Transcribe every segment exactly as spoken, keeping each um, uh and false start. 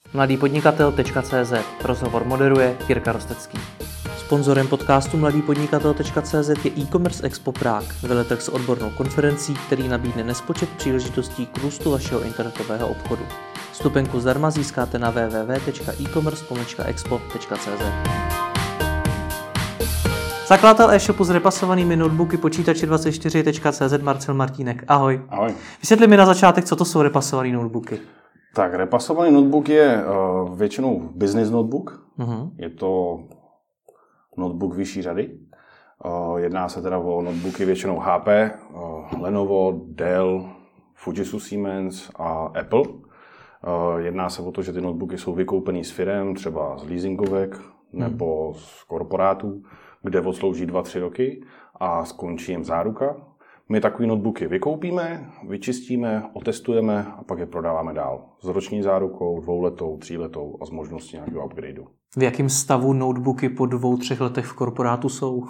mladý podnikatel tečka cé zet. Rozhovor moderuje Jirka Rostecký. Sponzorem podcastu mladý podnikatel tečka cé zet je e-commerce expo Prague, veletrh s odbornou konferencí, který nabídne nespočet příležitostí k růstu vašeho internetového obchodu. Vstupenku zdarma získáte na w w w tečka e commerce pomlčka expo tečka cé zet. Zakladatel e-shopu s repasovanými notebooky počítače dvacet čtyři tečka cé zet Marcel Martínek. Ahoj. Ahoj. Vysvětli mi na začátek, co to jsou repasované notebooky. Tak, repasovaný notebook je uh, většinou business notebook. Uh-huh. Je to notebook vyšší řady. Uh, jedná se teda o notebooky většinou H P, uh, Lenovo, Dell, Fujitsu Siemens a Apple. Uh, jedná se o to, že ty notebooky jsou vykoupený z firem, třeba z leasingovek nebo uh-huh. z korporátů, kde odslouží dva tři roky a skončí jim záruka. My takový notebooky vykoupíme, vyčistíme, otestujeme a pak je prodáváme dál. S roční zárukou, dvouletou, tříletou a s možností nějakého upgradeu. V jakém stavu notebooky po dvou, třech letech v korporátu jsou?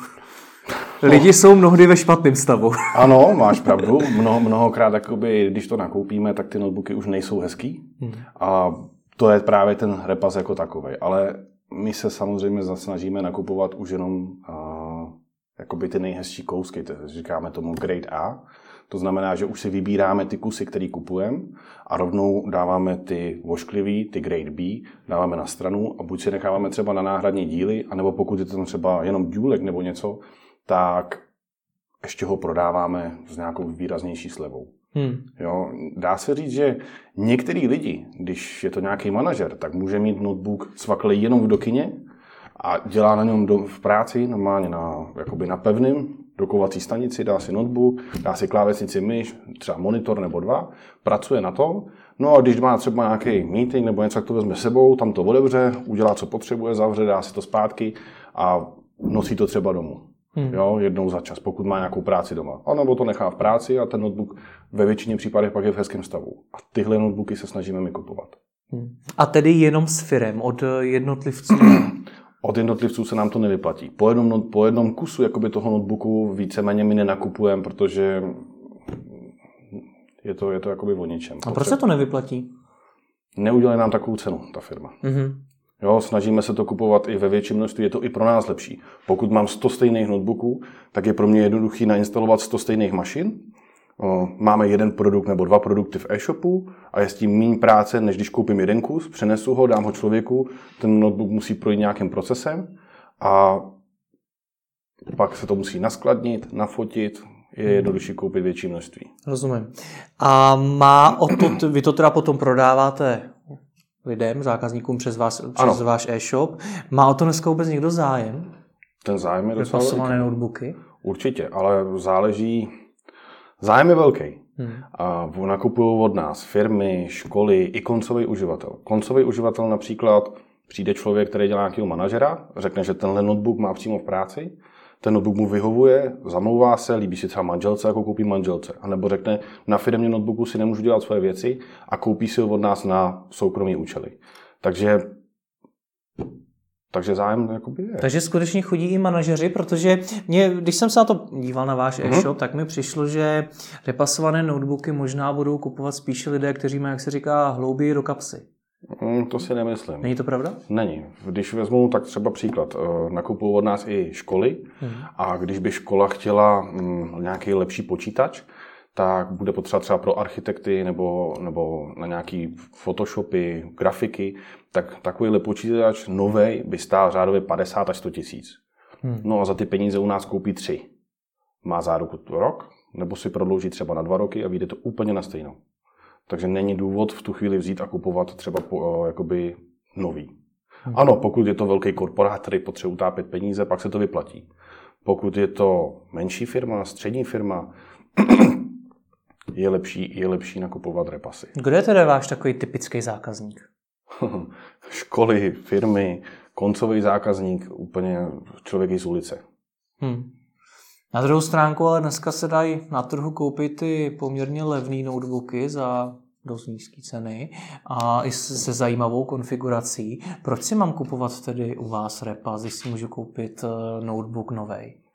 Lidi jsou mnohdy ve špatném stavu. Ano, máš pravdu. Mnoho, mnohokrát, jakoby, když to nakoupíme, tak ty notebooky už nejsou hezký. Hmm. A to je právě ten repas jako takovej. Ale my se samozřejmě snažíme nakupovat už jenom uh, jakoby ty nejhezčí kousky, říkáme tomu grade A. To znamená, že už si vybíráme ty kusy, které kupujeme a rovnou dáváme ty vošklivý, ty grade B, dáváme na stranu a buď si necháváme třeba na náhradní díly, anebo pokud je to tam třeba jenom důlek nebo něco, tak ještě ho prodáváme s nějakou výraznější slevou. Hmm. Jo, dá se říct, že některý lidi, když je to nějaký manažer, tak může mít notebook cvaklej jenom v dokyně a dělá na něm do, v práci, normálně na, jakoby na pevném dokovací stanici, dá si notebook, dá si klávesnici, myš, třeba monitor nebo dva, pracuje na to. No a když má třeba nějaký meeting nebo něco, tak to vezme sebou, tam to otevře, udělá, co potřebuje, zavře, dá si to zpátky a nosí to třeba domů. Hmm. Jo, jednou za čas, pokud má nějakou práci doma. A nebo to nechá v práci a ten notebook ve většině případech pak je v hezkém stavu. A tyhle notebooky se snažíme mi kupovat. Hmm. A tedy jenom s firem, od jednotlivců? Od jednotlivců se nám to nevyplatí. Po jednom, po jednom kusu jakoby toho notebooku víceméně my nenakupujeme, protože je to, je to jakoby o ničem. A proč se to nevyplatí? Neudělají nám takovou cenu, ta firma. Mm-hmm. Jo, snažíme se to kupovat i ve větším množství, je to i pro nás lepší. Pokud mám sto stejných notebooků, tak je pro mě jednoduchý nainstalovat sto stejných mašin. Máme jeden produkt nebo dva produkty v e-shopu a je s tím méně práce, než když koupím jeden kus, přenesu ho, dám ho člověku, ten notebook musí projít nějakým procesem a pak se to musí naskladnit, nafotit, je jednodušší koupit větší množství. Rozumím. A má o to, vy to teda potom prodáváte lidem, zákazníkům přes, vás, přes váš e-shop. Má o to dneska vůbec někdo zájem? Ten zájem je docela velký. Notebooky? Určitě, ale záleží. Zájem je velký. Hmm. A nakupují od nás firmy, školy i koncový uživatel. Koncový uživatel například přijde člověk, který dělá nějakého manažera, řekne, že tenhle notebook má přímo v práci, ten notebook mu vyhovuje, zamlouvá se, líbí si třeba manželce, jako koupí manželce. A nebo řekne, na firmě notebooku si nemůžu dělat svoje věci a koupí si ho od nás na soukromý účely. Takže Takže zájem jakoby je. Takže skutečně chodí i manažeři, protože mě, když jsem se na to díval na váš mm-hmm. e-shop, tak mi přišlo, že repasované notebooky možná budou kupovat spíše lidé, kteří mají, jak se říká, hlouběji do kapsy. Mm, to si nemyslím. Není to pravda? Není. Když vezmu tak třeba příklad, nakupují od nás i školy mm-hmm. a když by škola chtěla mm, nějaký lepší počítač, tak bude potřeba třeba pro architekty nebo, nebo na nějaký photoshopy, grafiky, tak takovýhle počítač novej by stál řádově padesát až sto tisíc. Hmm. No a za ty peníze u nás koupí tři. Má záruku rok, nebo si prodlouží třeba na dva roky a vyjde to úplně na stejnou. Takže není důvod v tu chvíli vzít a kupovat třeba po, jakoby nový. Hmm. Ano, pokud je to velký korporát, který potřebuje utápět peníze, pak se to vyplatí. Pokud je to menší firma, střední firma, je lepší, je lepší nakupovat repasy. Kdo je tedy váš takový typický zákazník? Školy, firmy, koncový zákazník, úplně člověk z ulice. Hmm. Na druhou stránku ale dneska se dají na trhu koupit ty poměrně levné notebooky za dost nízké ceny a i se zajímavou konfigurací. Proč si mám kupovat tedy u vás repas, když si můžu koupit notebook novej?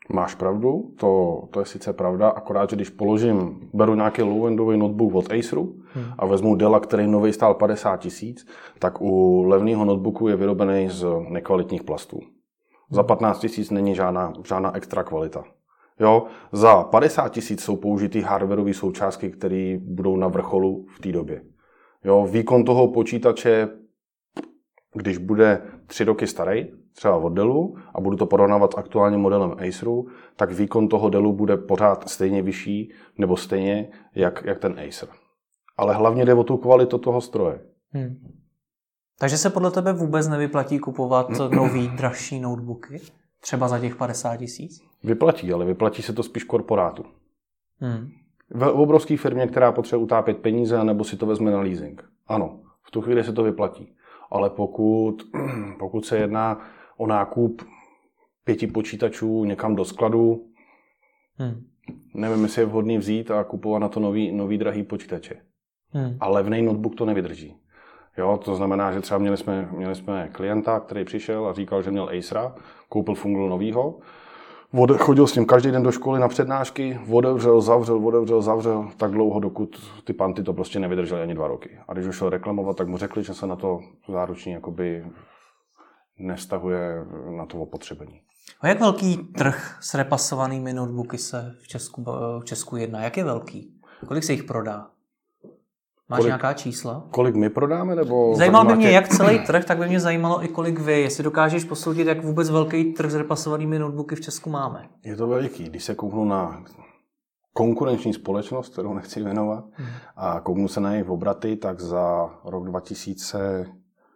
Máš pravdu, to, to je sice pravda, akorát, že když položím, beru nějaký low-endový notebook od Aceru hmm. a vezmu Della, který nový stál padesát tisíc, tak u levného notebooku je vyrobený z nekvalitních plastů. Hmm. Za patnáct tisíc není žádná, žádná extra kvalita. Jo, za padesát tisíc jsou použitý hardwareové součástky, které budou na vrcholu v té době. Jo, výkon toho počítače, když bude tři roky starý, třeba od Dellu, a budu to porovnávat s aktuálním modelem Aceru, tak výkon toho Dellu bude pořád stejně vyšší, nebo stejně, jak, jak ten Acer. Ale hlavně jde o tu kvalitu toho stroje. Hmm. Takže se podle tebe vůbec nevyplatí kupovat nový, dražší notebooky? Třeba za těch padesát tisíc? Vyplatí, ale vyplatí se to spíš korporátu. Hmm. V obrovské firmě, která potřebuje utápět peníze, nebo si to vezme na leasing. Ano, v tu chvíli se to vyplatí. Ale pokud, pokud se jedná o nákup pěti počítačů někam do skladu, hmm. nevím, jestli je vhodný vzít a kupovat na to nový, nový drahý počítače. Hmm. A levný notebook to nevydrží. Jo, to znamená, že třeba měli jsme, měli jsme klienta, který přišel a říkal, že měl Acera, koupil Fungl novýho, chodil s ním každý den do školy na přednášky, otevřel, zavřel, otevřel, zavřel, tak dlouho, dokud ty panty to prostě nevydržely ani dva roky. A když ho šel reklamovat, tak mu řekli, že se na to záruční jakoby nevztahuje na to opotřebení. A jak velký trh s repasovanými notebooky se v Česku, v Česku jedná? Jak je velký? Kolik se jich prodá? Máš kolik, nějaká čísla? Kolik my prodáme? Nebo zajímalo by mě, jak celý trh, tak by mě zajímalo i kolik vy. Jestli dokážeš posoudit, jak vůbec velký trh s repasovanými notebooky v Česku máme. Je to veliký. Když se kouknu na konkurenční společnost, kterou nechci jmenovat, hmm. a kouknu se na jejich obraty, tak za rok dva tisíce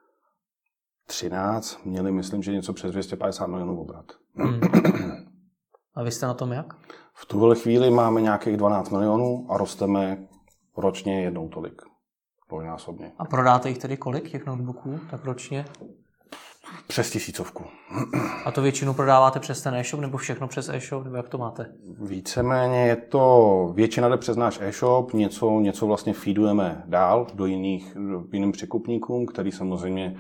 třináct měli, myslím, že něco přes dvě stě padesát milionů obrat. Hmm. A vy jste na tom jak? V tuhle chvíli máme nějakých dvanáct milionů a rosteme ročně jednou tolik. Dvojnásobně. A prodáte jich tedy kolik, těch notebooků, tak ročně? Přes tisícovku. A to většinu prodáváte přes ten e-shop, nebo všechno přes e-shop, nebo jak to máte? Víceméně je to, většina jde přes náš e-shop, něco, něco vlastně feedujeme dál do jiných, do jiným překupníkům, který samozřejmě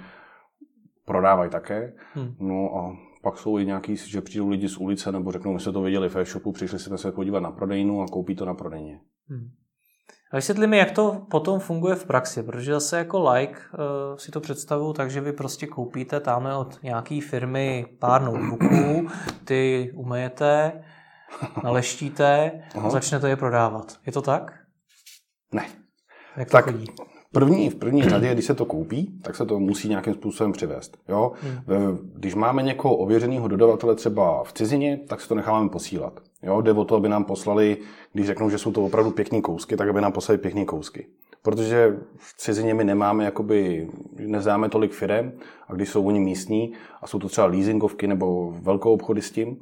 prodávají také. Hmm. No a pak jsou i nějaký, že přijdou lidi z ulice, nebo řeknou, my jsme to viděli v e-shopu, přišli jsme se podívat na prodejnu a koupí to na prodejně. Hmm. A vysvětli mi, jak to potom funguje v praxi, protože zase jako like uh, si to představuju tak, že vy prostě koupíte tamhle od nějaký firmy pár notebooků, ty umyjete, naleštíte a začnete je prodávat. Je to tak? Ne. Jak to tak chodí? První, v první řadě, když se to koupí, tak se to musí nějakým způsobem přivést. Jo? Hmm. Když máme někoho ověřeného dodavatele třeba v cizině, tak se to necháváme posílat. Jo? Jde o to, aby nám poslali, když řeknou, že jsou to opravdu pěkný kousky, tak aby nám poslali pěkný kousky. Protože v cizině my nemáme, jakoby, neznáme tolik firem, a když jsou oni místní a jsou to třeba leasingovky nebo velkou obchody s tím,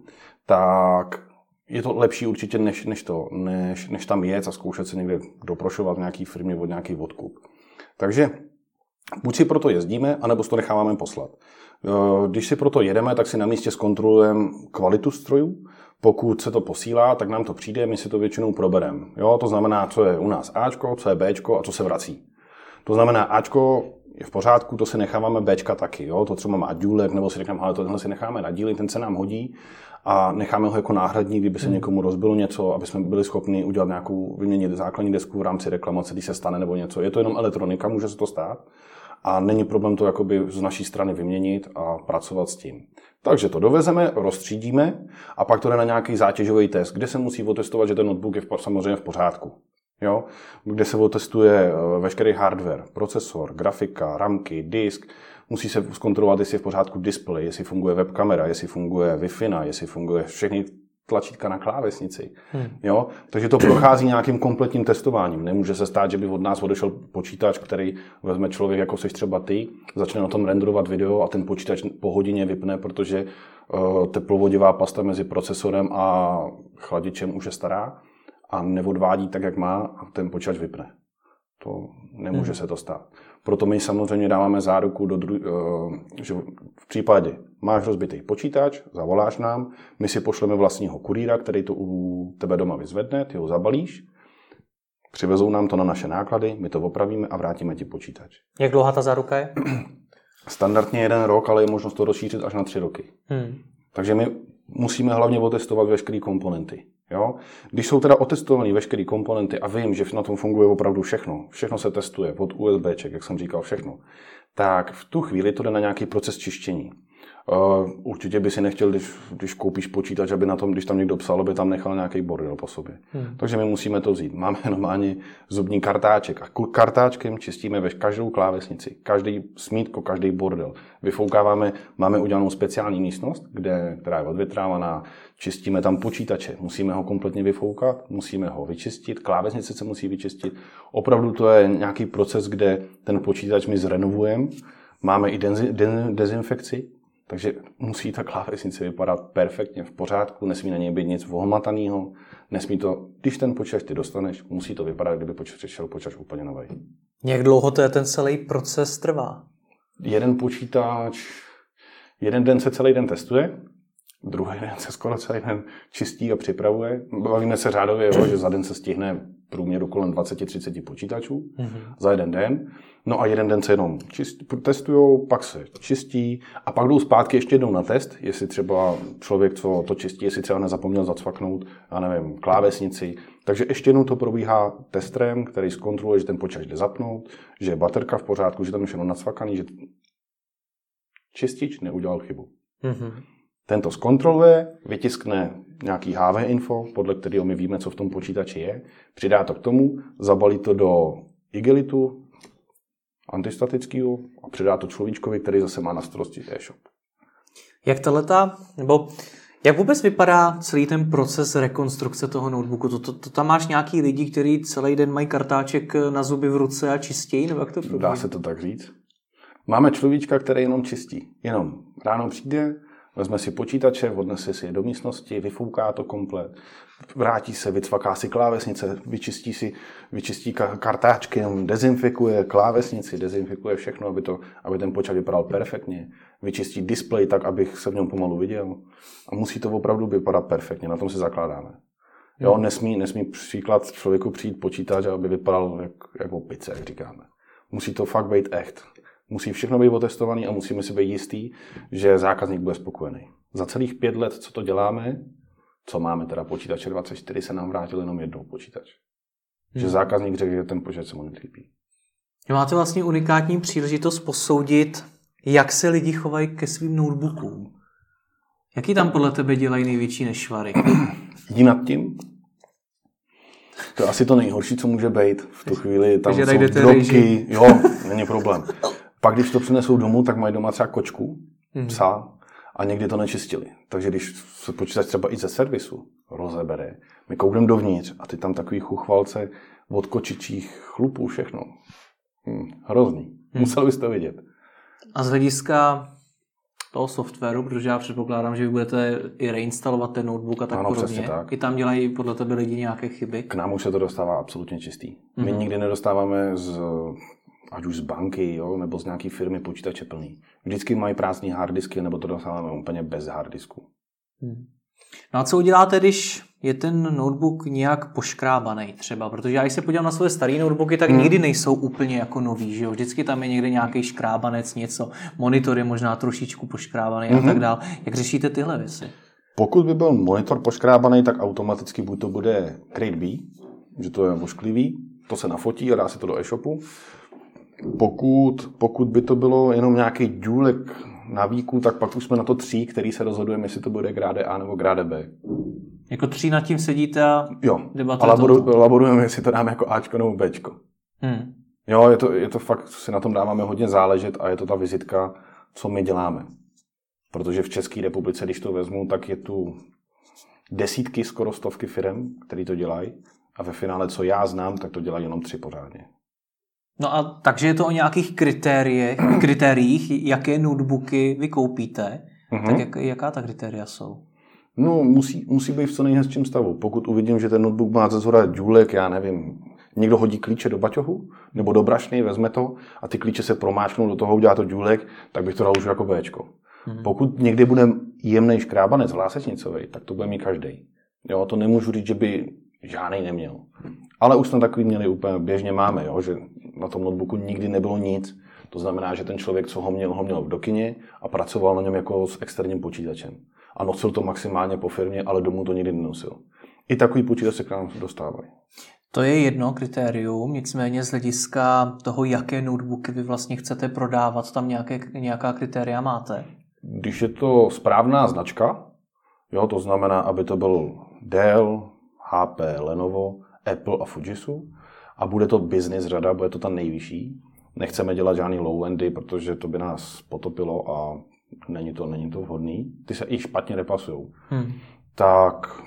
tak je to lepší určitě, než, než, to, než, než tam jet a zkoušet se někde doprošovat v nějaký firmě od nějaký odkup. Takže buď si proto jezdíme, anebo si to necháváme poslat. Když si proto jedeme, tak si na místě zkontrolujeme kvalitu strojů. Pokud se to posílá, tak nám to přijde, my si to většinou probereme. Jo, to znamená, co je u nás Ačko, co je Bčko a co se vrací. To znamená, Ačko je v pořádku, to si necháváme Bčka taky. Jo? To třeba má důlek, nebo si řekneme, ale tohle si necháme na díly, ten se nám hodí a necháme ho jako náhradní, kdyby se někomu rozbilo něco, aby jsme byli schopni udělat nějakou, vyměnit základní desku v rámci reklamace, když se stane nebo něco. Je to jenom elektronika, může se to stát a není problém to jakoby z naší strany vyměnit a pracovat s tím. Takže to dovezeme, rozstřídíme a pak to jde na nějaký zátěžový test, kde se musí otestovat, že ten notebook je v, samozřejmě v pořádku. Jo? Kde se otestuje veškerý hardware, procesor, grafika, ramky, disk. Musí se zkontrolovat, jestli je v pořádku display, jestli funguje webkamera, jestli funguje Wi-Fi, jestli funguje všechny tlačítka na klávesnici. Hmm. Jo? Takže to prochází nějakým kompletním testováním. Nemůže se stát, že by od nás odešel počítač, který vezme člověk, jako seš třeba ty, začne na tom renderovat video a ten počítač po hodině vypne, protože uh, teplovodivá pasta mezi procesorem a chladičem už je stará a neodvádí tak, jak má a ten počítač vypne. To nemůže hmm. se to stát. Proto my samozřejmě dáváme záruku, do dru- že v případě máš rozbitý počítač, zavoláš nám, my si pošleme vlastního kurýra, který to u tebe doma vyzvedne, ty ho zabalíš, přivezou nám to na naše náklady, my to opravíme a vrátíme ti počítač. Jak dlouhá ta záruka je? Standardně jeden rok, ale je možnost to rozšířit až na tři roky. Hmm. Takže my musíme hlavně otestovat veškeré komponenty. Jo? Když jsou teda otestované veškeré komponenty a vím, že na tom funguje opravdu všechno, všechno se testuje od USBček, jak jsem říkal, všechno, tak v tu chvíli to jde na nějaký proces čištění. Uh, určitě by si nechtěl, když, když koupíš počítač, aby na tom, když tam někdo psal, aby tam nechal nějaký bordel po sobě. Hmm. Takže my musíme to vzít. Máme normálně zubní kartáček a kartáčkem čistíme ve každou klávesnici, každý smítko, každý bordel. Vyfoukáváme, máme udělanou speciální místnost, kde, která je odvětrávaná, čistíme tam počítače, musíme ho kompletně vyfoukat, musíme ho vyčistit, klávesnice se musí vyčistit. Opravdu to je nějaký proces, kde ten počítač my zrenovujeme, máme i dezinfekci. Takže musí ta klávesnice vypadat perfektně v pořádku, nesmí na něj být nic ohmatanýho, nesmí to, když ten počítač ty dostaneš, musí to vypadat, kdyby přišel počítač úplně nový. Jak dlouho to je ten celý proces trvá? Jeden počítač, jeden den se celý den testuje, druhý den se skoro celý den čistí a připravuje. Bavíme se řádově, jo, že za den se stihne průměru kolem dvacet třicet počítačů mm-hmm. za jeden den. No a jeden den se jenom čist, testujou, pak se čistí a pak jdou zpátky ještě jednou na test, jestli třeba člověk, co to čistí, jestli třeba nezapomněl zacvaknout, já nevím, klávesnici. Takže ještě jednou to probíhá testrem, který zkontroluje, že ten počítač jde zapnout, že je baterka v pořádku, že tam je všechno nacvakaný, že čistič neudělal chybu. Mm-hmm. Ten to zkontroluje, vytiskne nějaký H V info, podle kterého my víme, co v tom počítači je, přidá to k tomu, zabalí to do igelitu antistatického a předá to človíčkovi, který zase má na starosti e-shop. Jak tahleta, nebo jak vůbec vypadá celý ten proces rekonstrukce toho notebooku? To, to, to tam máš nějaký lidi, kteří celý den mají kartáček na zuby v ruce a čistějí, nebo jak to probíhá? Dá se to tak říct. Máme človíčka, který jenom čistí. Jenom ráno přijde, vezme si počítače, odnese si je do místnosti, vyfouká to komplet, vrátí se, vycvaká si klávesnice, vyčistí si, vyčistí kartáčky, dezinfikuje klávesnici, dezinfikuje všechno, aby, to, aby ten počítač vypadal perfektně, vyčistí displej tak, abych se v něm pomalu viděl a musí to opravdu vypadat perfektně, na tom si zakládáme. Jo, hmm. nesmí, nesmí příklad člověku přijít počítač, aby vypadal jak, jak opice, jak říkáme. Musí to fakt být echt. Musí všechno být otestovaný a musíme si být jistý, že zákazník bude spokojený. Za celých pět let, co to děláme, co máme teda počítače dvacet čtyři, se nám vrátil jenom jednou počítač. Hmm. Že zákazník řekl, že ten počítač se mu nelíbí. Máte vlastně unikátní příležitost posoudit, jak se lidi chovají ke svým notebookům. Jaký tam podle tebe dělají největší nešvary? Jdi nad tím. To je asi to nejhorší, co může být. V tu chvíli tam jsou drobky. Jo, není problém. Pak, když to přinesou domů, tak mají doma třeba kočku, hmm. psa a někdy to nečistili. Takže když se počítač třeba i ze servisu rozebere, my koukneme dovnitř a ty tam takový chuchvalce od kočičích chlupů, všechno. Hm, hrozný. Hmm. Musel bys to vidět. A z hlediska toho softwaru, protože já předpokládám, že vy budete i reinstalovat ten notebook a tak ano, podobně. Tak. I tam dělají podle tebe lidi nějaké chyby? K nám už se to dostává absolutně čistý. My hmm. nikdy nedostáváme z... ať už z banky, jo, nebo z nějaký firmy počítače plný. Vždycky mají prázdný harddisky, nebo to dostáváme úplně bez harddisku. Hmm. No a co uděláte, když je ten notebook nějak poškrábaný třeba? Protože já, když se podívám na své staré notebooky, tak hmm. nikdy nejsou úplně jako nový, že jo? Vždycky tam je někde nějaký škrábanec, něco. Monitor je možná trošičku poškrábaný hmm. a tak dál. Jak řešíte tyhle věci? Pokud by byl monitor poškrábaný, tak automaticky buď to bude Grade B, že to je ošklivý, to se nafotí a dá se to do e-shopu. Pokud, pokud by to bylo jenom nějaký důlek navíku, tak pak už jsme na to tří, který se rozhodujeme, jestli to bude gráde A nebo gráde B. Jako tří nad tím sedíte a jo, debatujete? A laboru, laborujeme, jestli to dáme jako Ačko nebo Bčko. Hmm. Jo, je to, je to fakt, si na tom dáváme hodně záležet a je to ta vizitka, co my děláme. Protože v České republice, když to vezmu, tak je tu desítky, skoro stovky firem, který to dělají a ve finále, co já znám, tak to dělají jenom tři pořádně. No a takže je to o nějakých kritériích, kritériích, jaké notebooky vy koupíte, mm-hmm. tak jak, jaká ta kritéria jsou? No, musí, musí být v co nejhezčím stavu. Pokud uvidím, že ten notebook má ze zhora důlek, já nevím, někdo hodí klíče do baťohu, nebo do brašny, vezme to a ty klíče se promáčknou do toho, udělá to důlek, tak bych to dal už jako Bčko. Mm-hmm. Pokud někdy bude jemnej škrábanec vlásečnicový, tak to bude mít každý. Jo, to nemůžu říct, že by žádnej neměl. Ale už jsme takový měli úplně běžně máme, jo, že na tom notebooku nikdy nebylo nic. To znamená, že ten člověk, co ho měl, ho měl v dokyně a pracoval na něm jako s externím počítačem. a nosil to maximálně po firmě, ale domů to nikdy nenosil. I takový počítač se k nám dostávají. To je jedno kritérium, nicméně z hlediska toho, jaké notebooky vy vlastně chcete prodávat, tam nějaké, nějaká kritéria máte? Když je to správná značka, jo, to znamená, aby to byl Dell, H P, Lenovo, Apple a Fujitsu a bude to business řada, bude to ta nejvyšší. Nechceme dělat žádný low-endy, protože to by nás potopilo a není to, není to vhodný. Ty se i špatně repasujou. Hmm. Tak,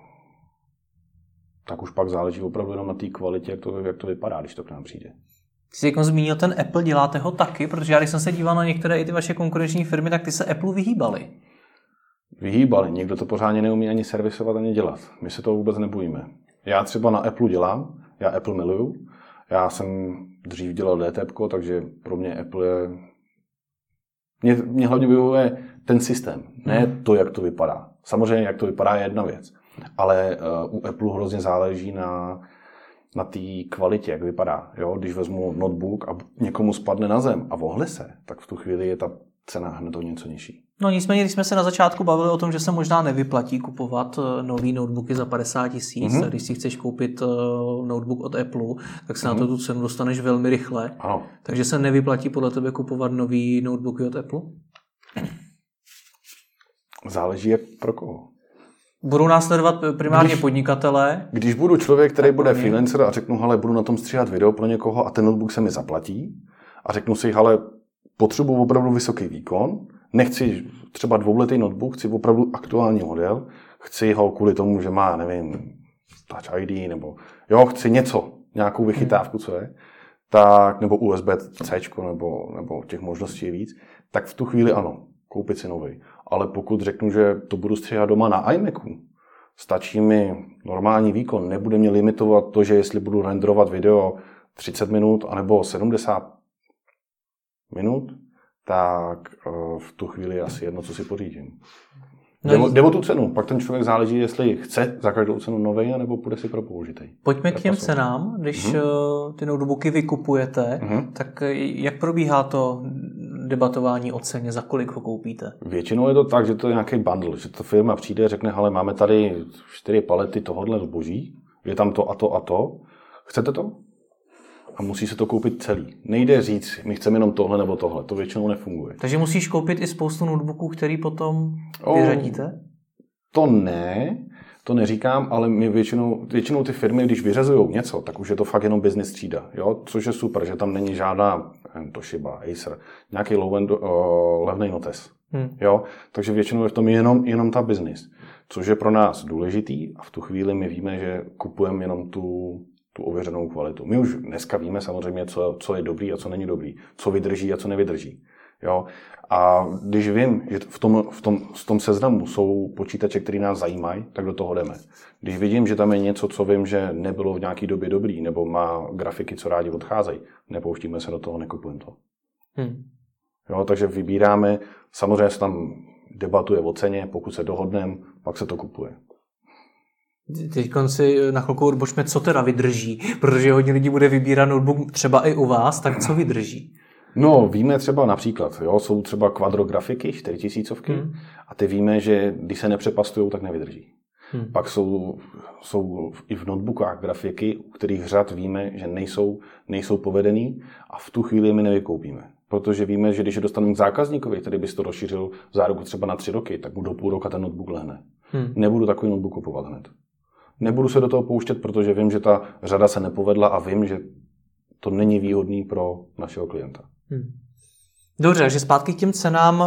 tak už pak záleží opravdu jenom na té kvalitě, jak to, jak to vypadá, když to k nám přijde. Ty jsi jako zmínil ten Apple, děláte ho taky, protože já když jsem se díval na některé i ty vaše konkurenční firmy, tak ty se Apple vyhýbali. Vyhýbali, někdo to pořádně neumí ani servisovat, ani dělat. My se to vůbec nebojíme. Já třeba na Apple dělám, já Apple miluju. Já jsem dřív dělal D T P, takže pro mě Apple je... Mě, mě hlavně vyhovuje ten systém, ne to, jak to vypadá. Samozřejmě, jak to vypadá, je jedna věc. Ale uh, u Apple hrozně záleží na, na té kvalitě, jak vypadá. Jo? Když vezmu notebook a někomu spadne na zem a vohne se, tak v tu chvíli je ta cena hned o něco nižší. No nicméně, když jsme se na začátku bavili o tom, že se možná nevyplatí kupovat nový notebooky za padesát tisíc, mm-hmm. a když si chceš koupit notebook od Apple, tak se mm-hmm. na to tu cenu dostaneš velmi rychle. Ano. Takže se nevyplatí podle tebe kupovat nový notebooky od Apple? Záleží jak pro koho. Budou následovat primárně když, podnikatelé. Když budu člověk, který bude freelancer a řeknu, hele, budu na tom stříhat video pro někoho a ten notebook se mi zaplatí a řeknu si, hele, potřebuji opravdu vysoký výkon, nechci třeba dvouletý notebook, chci opravdu aktuální model, chci ho kvůli tomu, že má, nevím, Touch I D, nebo jo, chci něco, nějakou vychytávku, co je, tak, nebo U S B C, nebo, nebo těch možností je víc, tak v tu chvíli ano, koupit si nový. Ale pokud řeknu, že to budu stříhat doma na iMacu, stačí mi normální výkon, nebude mě limitovat to, že jestli budu renderovat video třicet minut, anebo sedmdesát minut, tak v tu chvíli asi jedno, co si pořídím. No jde o tu cenu. Pak ten člověk záleží, jestli chce za každou cenu novej, nebo půjde si pro použitej. Pojďme k těm cenám. Když mm-hmm. ty notebooky vykupujete, mm-hmm. tak jak probíhá to debatování o ceně, za kolik ho koupíte? Většinou je to tak, že to je nějaký bundle, že ta firma přijde a řekne, hele, máme tady čtyři palety tohohle zboží, je tam to a to a to. Chcete to? A musí se to koupit celý. Nejde říct, my chceme jenom tohle nebo tohle. To většinou nefunguje. Takže musíš koupit i spoustu notebooků, který potom vyřadíte? To ne, to neříkám, ale my většinou, většinou ty firmy, když vyřazují něco, tak už je to fakt jenom business třída. Jo? Což je super, že tam není žádná Toshiba, Acer, nějaký low-end, uh, levný notes. Hmm. Jo? Takže většinou je v tom jenom, jenom ta business. Což je pro nás důležitý a v tu chvíli my víme, že kupujeme jenom tu tu ověřenou kvalitu. My už dneska víme samozřejmě, co, co je dobrý a co není dobrý, co vydrží a co nevydrží. Jo? A když vím, že v tom, v, tom, v tom seznamu jsou počítače, které nás zajímají, tak do toho jdeme. Když vidím, že tam je něco, co vím, že nebylo v nějaké době dobrý, nebo má grafiky, co rádi odcházejí, nepouštíme se do toho, nekupujeme to. Hmm. Jo, takže vybíráme, samozřejmě se tam debatuje o ceně, pokud se dohodneme, pak se to kupuje. Teď si na chvilku odbočme, co teda vydrží, protože hodně lidí bude vybírat notebook třeba i u vás, tak co vydrží? No, víme třeba například, jo, jsou třeba quadrografiky, čtyřitisícovky hmm. a ty víme, že když se nepřepastujou, tak nevydrží. Hmm. Pak jsou, jsou i v notebookách grafiky, u kterých řad víme, že nejsou, nejsou povedený a v tu chvíli my nevykoupíme. Protože víme, že když je dostaneme k zákazníkovi, který by si to rozšířil v záruku třeba na tři roky, tak mu do půl roka ten notebook lehne. Hmm. Nebudu takový notebook kupovat hned. Nebudu se do toho pouštět, protože vím, že ta řada se nepovedla a vím, že to není výhodný pro našeho klienta. Hmm. Dobře, takže zpátky k těm cenám.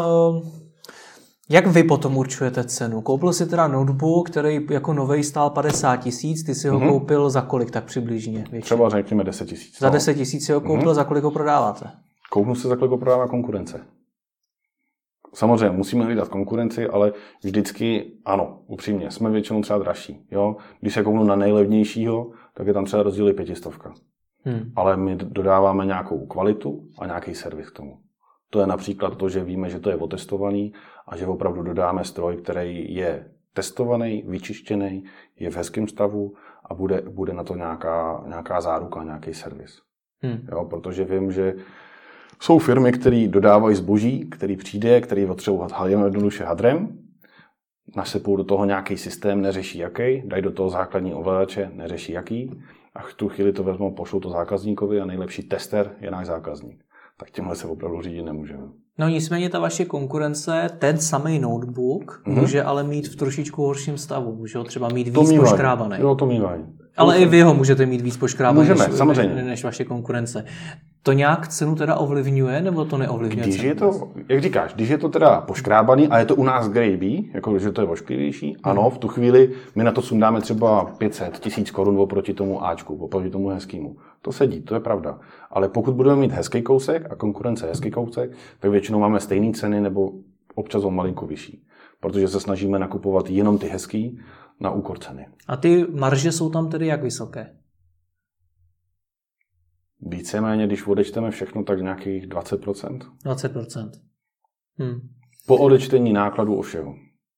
Jak vy potom určujete cenu? Koupil si teda notebook, který jako novej stál padesát tisíc, ty si ho mm-hmm. koupil za kolik tak přibližně? Většinou? Třeba řekněme deset tisíc. Za deset tisíc si ho koupil, mm-hmm. za kolik ho prodáváte? Koupnu si za kolik ho prodává konkurence. Samozřejmě musíme hlídat konkurenci, ale vždycky, ano, upřímně, jsme většinou třeba dražší. Jo? Když se koupnu na nejlevnějšího, tak je tam třeba rozdíl pětistovka. Hmm. Ale my dodáváme nějakou kvalitu a nějaký servis k tomu. To je například to, že víme, že to je otestovaný a že opravdu dodáme stroj, který je testovaný, vyčištěný, je v hezkém stavu a bude, bude na to nějaká, nějaká záruka, nějaký servis. Hmm. Jo? Protože vím, že jsou firmy, které dodávají zboží, který přijde, který potřebují jednoduše hadrem, nasypou do toho nějaký systém, neřeší jaký, dají do toho základní ovladače, neřeší jaký, a v tu chvíli to vezmou, pošlou to zákazníkovi a nejlepší tester je náš zákazník. Tak tímhle se opravdu řídit nemůžeme. No nicméně ta vaše konkurence, ten samý notebook, mm-hmm. může ale mít v trošičku horším stavu. Může ho třeba mít víc poškrábaný. Jo, to mývají. Ale to i vy ho můžete mít víc poškrábaný než, než, než vaše konkurence. To nějak cenu teda ovlivňuje, nebo to neovlivňuje když cenu? Je to, jak říkáš, když je to teda poškrábaný a je to u nás grade B, jako že to je ošklivější, hmm. ano, v tu chvíli my na to sundáme třeba pět set tisíc korun oproti tomu Ačku, oproti tomu hezkému. To sedí, to je pravda. Ale pokud budeme mít hezký kousek a konkurence hezký kousek, tak většinou máme stejné ceny nebo občas o malinko vyšší. Protože se snažíme nakupovat jenom ty hezký na úkor ceny. A ty marže jsou tam tedy jak vysoké? Víceméně, když odečteme všechno, tak nějakých dvacet procent. dvacet procent. Hm. Po odečtení nákladů o všeho.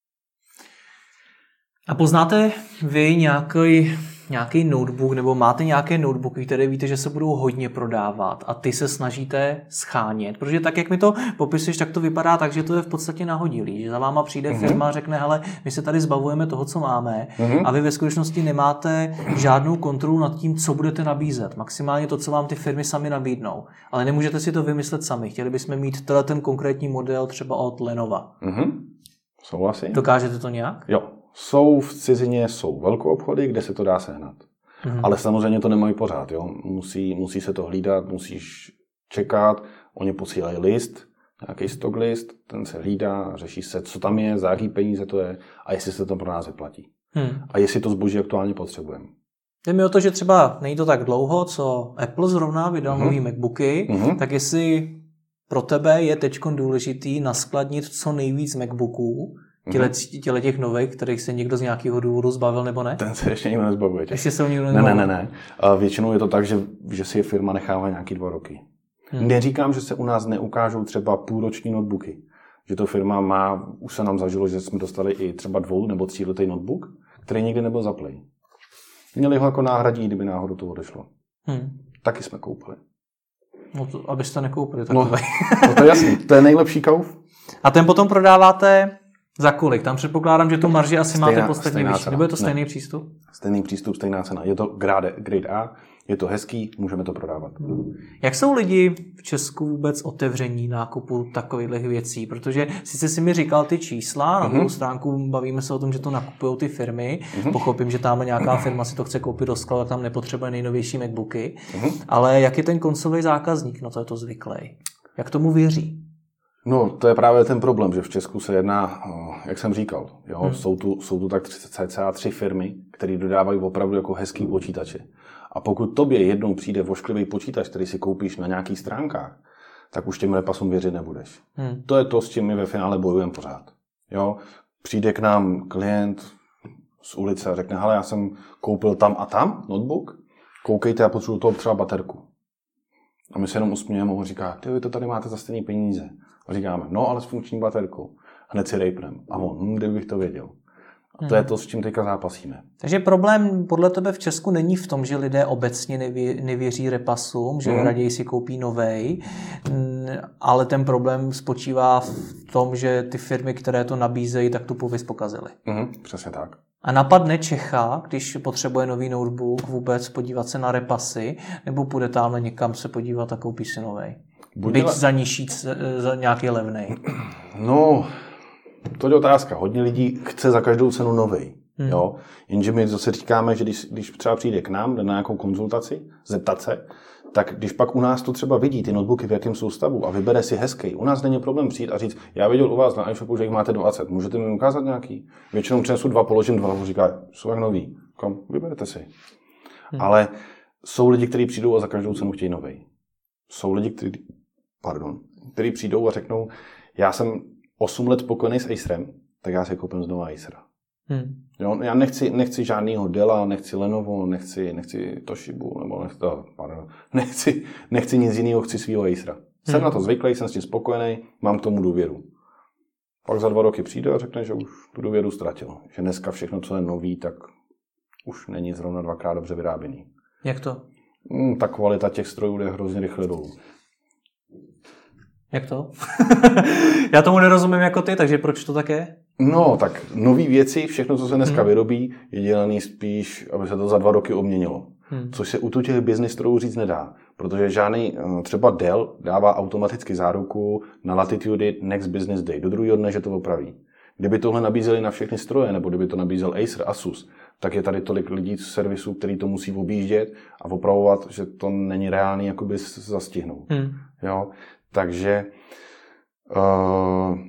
A poznáte vy nějaký, nějaký notebook, nebo máte nějaké notebooky, které víte, že se budou hodně prodávat a ty se snažíte schánět? Protože tak, jak mi to popisuješ, tak to vypadá tak, že to je v podstatě nahodilý. Že za váma přijde mm-hmm. firma a řekne, hele, my se tady zbavujeme toho, co máme mm-hmm. a vy ve skutečnosti nemáte žádnou kontrolu nad tím, co budete nabízet. Maximálně to, co vám ty firmy sami nabídnou. Ale nemůžete si to vymyslet sami. Chtěli bychom mít tenhle ten konkrétní model třeba od Lenova. Mm-hmm. Souhlasím. Dokážete to nějak? Jo. Jsou v cizině, jsou velkou obchody, kde se to dá sehnat. Mm-hmm. Ale samozřejmě to nemají pořád. Jo? Musí, musí se to hlídat, musíš čekat, oni posílají list, nějaký stock list, ten se hlídá, řeší se, co tam je, za jaký peníze to je a jestli se to pro nás vyplatí. Hmm. A jestli to zboží aktuálně potřebujeme. Jde mi o to, že třeba není to tak dlouho, co Apple zrovna vydal mm-hmm. nový MacBooky, mm-hmm. tak jestli pro tebe je teď důležitý naskladnit co nejvíc MacBooků, Těle, těle těch nových, kterých se někdo z nějakého důvodu zbavil, nebo ne? Ten se ještě nikdo nezbavuje. Ještě se o nikdo nezbavuje. Ne, ne, ne, ne. A většinou je to tak, že, že si je firma nechává nějaký dva roky. Hmm. Neříkám, že se u nás neukážou třeba půlroční notebooky. Že to firma má, už se nám zažilo, že jsme dostali i třeba dvou nebo tříletý notebook, který nikdy nebyl zaplej. Měli ho jako náhradní, kdyby náhodou to odešlo. Hmm. Taky jsme koupili. No to, abyste nekoupili takové. No, no to je jasný, to je nejlepší kauf. A ten potom prodáváte za kolik? Tam předpokládám, že tu marži asi stejná, máte podstatně vyšší. Cena. Nebo je to stejný ne. přístup? Stejný přístup, stejná cena. Je to grade, grade A, je to hezký, můžeme to prodávat. Jak jsou lidi v Česku vůbec otevření nákupu takových věcí? Protože sice si mi říkal ty čísla, na mm-hmm. tu stránku bavíme se o tom, že to nakupují ty firmy. Mm-hmm. Pochopím, že tam nějaká firma si to chce koupit do skladu, tam nepotřebuje nejnovější MacBooky. Mm-hmm. Ale jak je ten koncový zákazník? No to je to zvyklý. Jak tomu věří? No, to je právě ten problém, že v Česku se jedná, jak jsem říkal, jo, hmm. jsou, tu, jsou tu tak cca tři firmy, které dodávají opravdu jako hezký počítače. A pokud tobě jednou přijde vošklivý počítač, který si koupíš na nějakých stránkách, tak už těm repasům věřit nebudeš. Hmm. To je to, s čím my ve finále bojujeme pořád. Jo, přijde k nám klient z ulice a řekne, hele, já jsem koupil tam a tam notebook, koukejte, já potřebuji toho třeba baterku. A my se jenom usmějeme a říká, ty vy to tady máte za stejný peníze. A říkáme, no ale s funkční baterkou. Hned si rejpnem. A on, hm, kdybych to věděl. A to hmm. je to, s čím teďka zápasíme. Takže problém podle tebe v Česku není v tom, že lidé obecně nevě, nevěří repasům, že hmm. raději si koupí novej, ale ten problém spočívá v tom, že ty firmy, které to nabízejí, tak tu pověst pokazily. Hmm, přesně tak. A napadne Čecha, když potřebuje nový notebook, vůbec podívat se na repasy, nebo půjde tamhle někam se podívat a koupí si novej? Byť le... za nižší, za nějaký levnej. No, to je otázka. Hodně lidí chce za každou cenu novej. Hmm. Jo? Jenže my zase říkáme, že když, když třeba přijde k nám na nějakou konzultaci, zeptat se, tak když pak u nás to třeba vidí, ty notebooky v jakém jsou stavu a vybere si hezký, u nás není problém přijít a říct, já viděl u vás na iShopu, že jich máte dvacet, můžete mi ukázat nějaký? Většinou přinesu dva, položím dva a říká, jsou jak nový. Kom, vyberete si. Hmm. Ale jsou lidi, kteří přijdou a za každou cenu chtějí novej. Jsou lidi, kteří, pardon, kteří přijdou a řeknou, já jsem osm let spokojený s Acerem, tak já si koupím znovu Acera. Hmm. Jo, já nechci, nechci žádnýho Della, nechci Lenovo, nechci, nechci Toshibu, nebo nechci, pardon, nechci, nechci nic jiného, chci svýho Acera. Jsem hmm. na to zvyklý, jsem s tím spokojený, mám k tomu důvěru. Pak za dva roky přijde a řekne, že už tu důvěru ztratil. Že dneska všechno, co je nový, tak už není zrovna dvakrát dobře vyráběný. Jak to? Hmm, ta kvalita těch strojů jde hrozně rychle dolů. Jak to? Já tomu nerozumím jako ty, takže proč to tak je? No, tak nové věci, všechno, co se dneska hmm. vyrobí, je dělaný spíš, aby se to za dva roky obměnilo. Hmm. Což se u těch business strojů říct nedá, protože žádný, třeba Dell dává automaticky záruku na latitudy next business day, do druhého dne, že to opraví. Kdyby tohle nabízeli na všechny stroje, nebo kdyby to nabízel Acer, Asus, tak je tady tolik lidí z servisu, který to musí objíždět a opravovat, že to není reálný jakoby zastihnout. Hmm. Jo? Takže uh,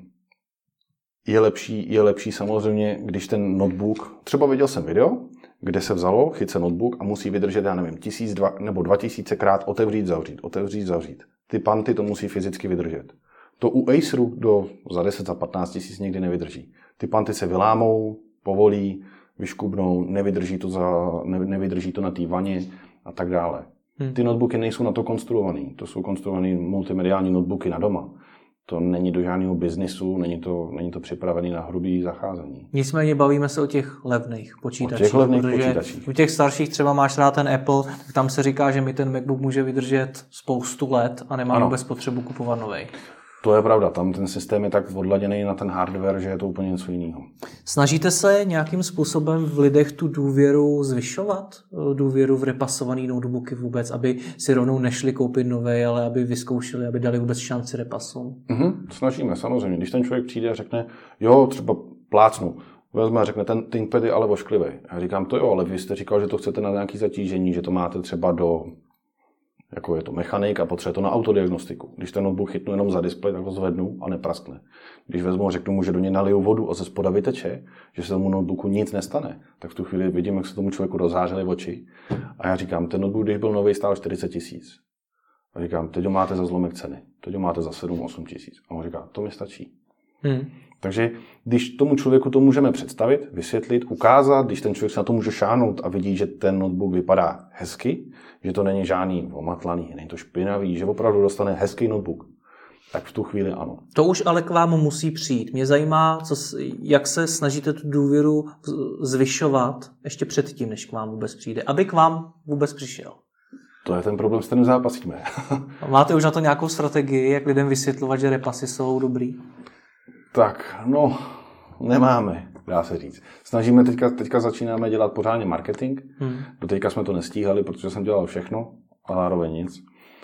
je lepší, je lepší samozřejmě, když ten notebook, třeba viděl jsem video, kde se vzalo, chyce notebook a musí vydržet, já nevím, tisíc dva, nebo dva tisícekrát otevřít, zavřít, otevřít, zavřít. Ty panty to musí fyzicky vydržet. To u Aceru do za deset, za patnáct tisíc někdy nevydrží. Ty panty se vylámou, povolí, vyškubnou, nevydrží to, za, ne, nevydrží to na té vaně a tak dále. Hmm. Ty notebooky nejsou na to konstruovaný. To jsou konstruovaný multimediální notebooky na doma. To není do žádného biznisu, není to, není to připravený na hrubý zacházení. Nicméně bavíme se o těch levných počítačích. O těch levných počítačích. U těch starších třeba máš rád ten Apple, tam se říká, že mi ten MacBook může vydržet spoustu let a nemám vůbec potřebu kupovat novej. To je pravda, tam ten systém je tak odladěný na ten hardware, že je to úplně něco jiného. Snažíte se nějakým způsobem v lidech tu důvěru zvyšovat? Důvěru v repasovaný notebooky vůbec, aby si rovnou nešli koupit nové, ale aby vyzkoušeli, aby dali vůbec šanci repasům? Mhm, snažíme, samozřejmě. Když ten člověk přijde a řekne, jo, třeba plácnu, vezme a řekne, ten ThinkPad je ale ošklivý. Já říkám, to jo, ale vy jste říkal, že to chcete na nějaké zatížení, že to máte třeba do... jako je to mechanik a potřebuje to na autodiagnostiku. Když ten notebook chytnu jenom za displej, tak ho zvednu a nepraskne. Když vezmu a řeknu mu, že do něj naliju vodu a ze spoda vyteče, že se tomu notebooku nic nestane, tak v tu chvíli vidím, jak se tomu člověku rozhářely oči. A já říkám, ten notebook, když byl nový, stál čtyřicet tisíc. A říkám, teď ho máte za zlomek ceny. Teď ho máte za sedm osm tisíc. A on říká, to mi stačí. Hmm. Takže když tomu člověku to můžeme představit, vysvětlit, ukázat, když ten člověk se na to může šáhnout a vidí, že ten notebook vypadá hezky, že to není žádný omatlaný, není to špinavý, že opravdu dostane hezký notebook, tak v tu chvíli ano. To už ale k vám musí přijít. Mě zajímá, co, jak se snažíte tu důvěru zvyšovat ještě předtím, než k vám vůbec přijde, aby k vám vůbec přišel. To je ten problém, s kterým zápasíme. Máte už na to nějakou strategii, jak lidem vysvětlovat, že repasy jsou dobrý? Tak, no, nemáme, dá se říct. Snažíme teďka, teďka začínáme dělat pořádně marketing. Hmm. Do teďka jsme to nestíhali, protože jsem dělal všechno a zároveň nic.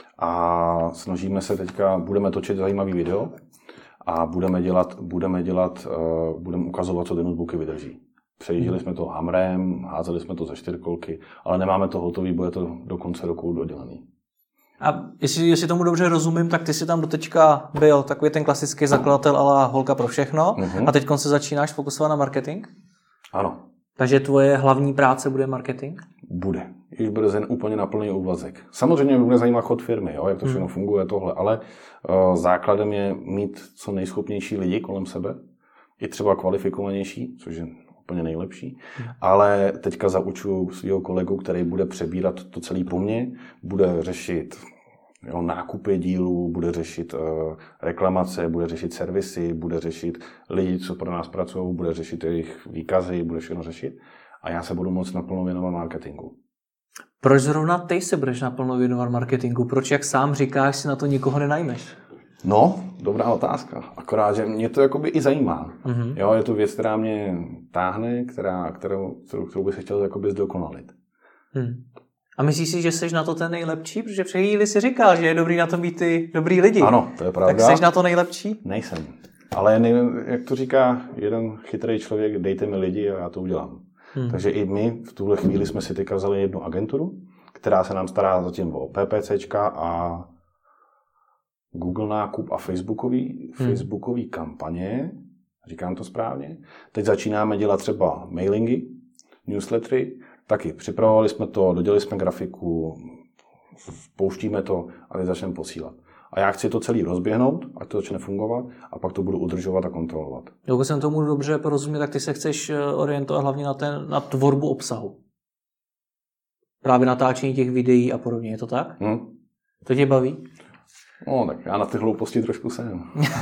A snažíme se teďka, budeme točit zajímavý video a budeme dělat, budeme dělat, uh, budeme ukazovat, co ty notebooky vydrží. Přejížděli jsme to hamrem, házeli jsme to ze čtyřkolky, ale nemáme to hotový, bude to do konce roku dodělaný. A jestli, jestli tomu dobře rozumím, tak ty jsi tam doteďka byl takový ten klasický zakladatel ala holka pro všechno mm-hmm. a teď se začínáš fokusovat na marketing? Ano. Takže tvoje hlavní práce bude marketing? Bude. Již bude zen úplně na plný úvazek. Samozřejmě mě bude zajímat chod firmy, jo, jak to všechno mm. funguje, tohle, ale uh, základem je mít co nejschopnější lidi kolem sebe, i třeba kvalifikovanější, což je úplně nejlepší, mm. ale teďka zaučuju svého kolegu, který bude přebírat to celé po mně, bude řešit jo, nákupy dílů, bude řešit uh, reklamace, bude řešit servisy, bude řešit lidi, co pro nás pracují, bude řešit jejich výkazy, bude všechno řešit a já se budu moct naplno věnovat marketingu. Proč zrovna ty se budeš naplno věnovat marketingu? Proč, jak sám říkáš, si na to nikoho nenajmeš? No, dobrá otázka. Akorát, že mě to jakoby i zajímá. Mm-hmm. Jo, je to věc, která mě táhne, která, kterou, kterou, kterou bych se chtěl jakoby zdokonalit. Hmm. A myslíš si, že jsi na to ten nejlepší? Protože před chvíli si říkal, že je dobrý na to být ty dobrý lidi. Ano, to je pravda. Tak jsi na to nejlepší? Nejsem. Ale nevím, jak to říká jeden chytrý člověk, dejte mi lidi a já to udělám. Hmm. Takže i my v tuhle chvíli jsme si teďka vzali jednu agenturu, která se nám stará zatím o PPCčka a Google nákup a Facebookový, hmm. Facebookový kampaně. Říkám to správně. Teď začínáme dělat třeba mailingy, newslettery. Taky připravovali jsme to, dodělali jsme grafiku, pouštíme to a teď začneme posílat. A já chci to celý rozběhnout, ať to začne fungovat a pak to budu udržovat a kontrolovat. Pokud jsem tomu dobře porozuměl, tak ty se chceš orientovat hlavně na, ten, na tvorbu obsahu. Právě natáčení těch videí a podobně, je to tak? Hmm. To tě baví? No, tak já na ty hlouposti trošku jsem.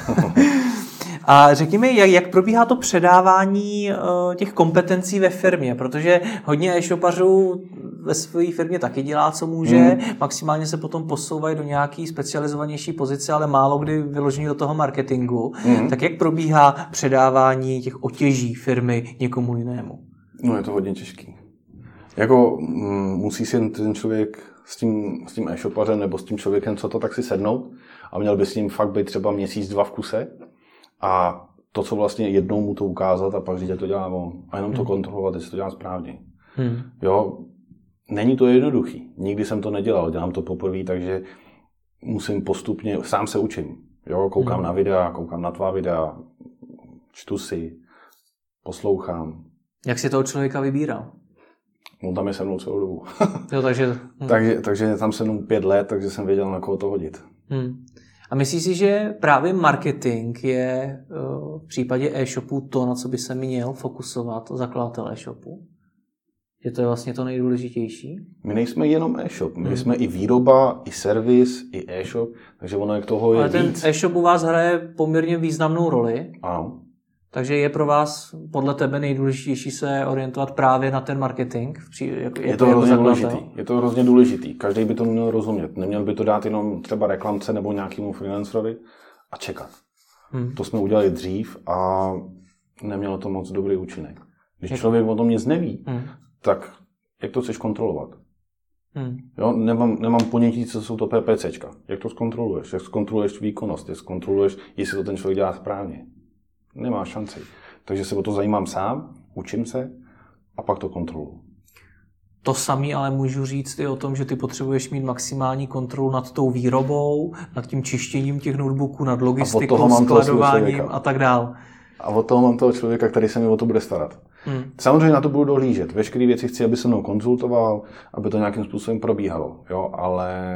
A řekni mi, jak, jak probíhá to předávání uh, těch kompetencí ve firmě, protože hodně e-shopařů ve své firmě taky dělá, co může, hmm. maximálně se potom posouvají do nějaký specializovanější pozice, ale málo kdy vyložení do toho marketingu. Hmm. Tak jak probíhá předávání těch otěží firmy někomu jinému? No je to hodně těžký. Jako mm, musí si ten člověk s tím, s tím e-shoparem nebo s tím člověkem, co to tak si sednout a měl by s ním fakt být třeba měsíc, dva v kuse a to, co vlastně jednou mu to ukázat a pak říct, že to dělá on. A jenom to hmm. kontrolovat, jestli to dělá správně. Hmm. Jo, není to jednoduchý. Nikdy jsem to nedělal, dělám to poprvé, takže musím postupně, sám se učím. Jo, koukám hmm. na videa, koukám na tvá videa, čtu si, poslouchám. Jak si toho člověka vybíral? On tam je se mnou celou dobu. jo, takže... Hmm. takže... Takže tam se mnou pět let, takže jsem věděl, na koho to hodit. Hmm. A myslíš si, že právě marketing je v případě e-shopu to, na co by se měl fokusovat zakladatel e-shopu? Že to je vlastně to nejdůležitější? My nejsme jenom e-shop, my hmm. jsme i výroba, i servis, i e-shop, takže ono je k toho Ale je ten víc. e-shop u vás hraje poměrně významnou roli. Ano. Takže je pro vás podle tebe nejdůležitější se orientovat právě na ten marketing? Jako, je to hrozně důležitý. Je to hrozně důležitý. Každý by to měl rozumět. Neměl by to dát jenom třeba reklamce nebo nějakému freelancerovi a čekat. Hmm. To jsme udělali dřív a nemělo to moc dobrý účinek. Když jak... člověk o tom nic neví, hmm. tak jak to chceš kontrolovat? Hmm. Jo, nemám, nemám ponětí, co jsou to PPCčka. Jak to zkontroluješ? Jak zkontroluješ výkonnost? Jak zkontroluješ, jestli to ten člověk dělá správně? Nemá šanci. Takže se o to zajímám sám, učím se a pak to kontroluji. To samé ale můžu říct i o tom, že ty potřebuješ mít maximální kontrolu nad tou výrobou, nad tím čištěním těch notebooků, nad logistikou, skladováním a tak dál. A od toho mám toho člověka, který se mi o to bude starat. Hmm. Samozřejmě na to budu dohlížet. Veškeré věci chci, aby se mnou konzultoval, aby to nějakým způsobem probíhalo. Jo, ale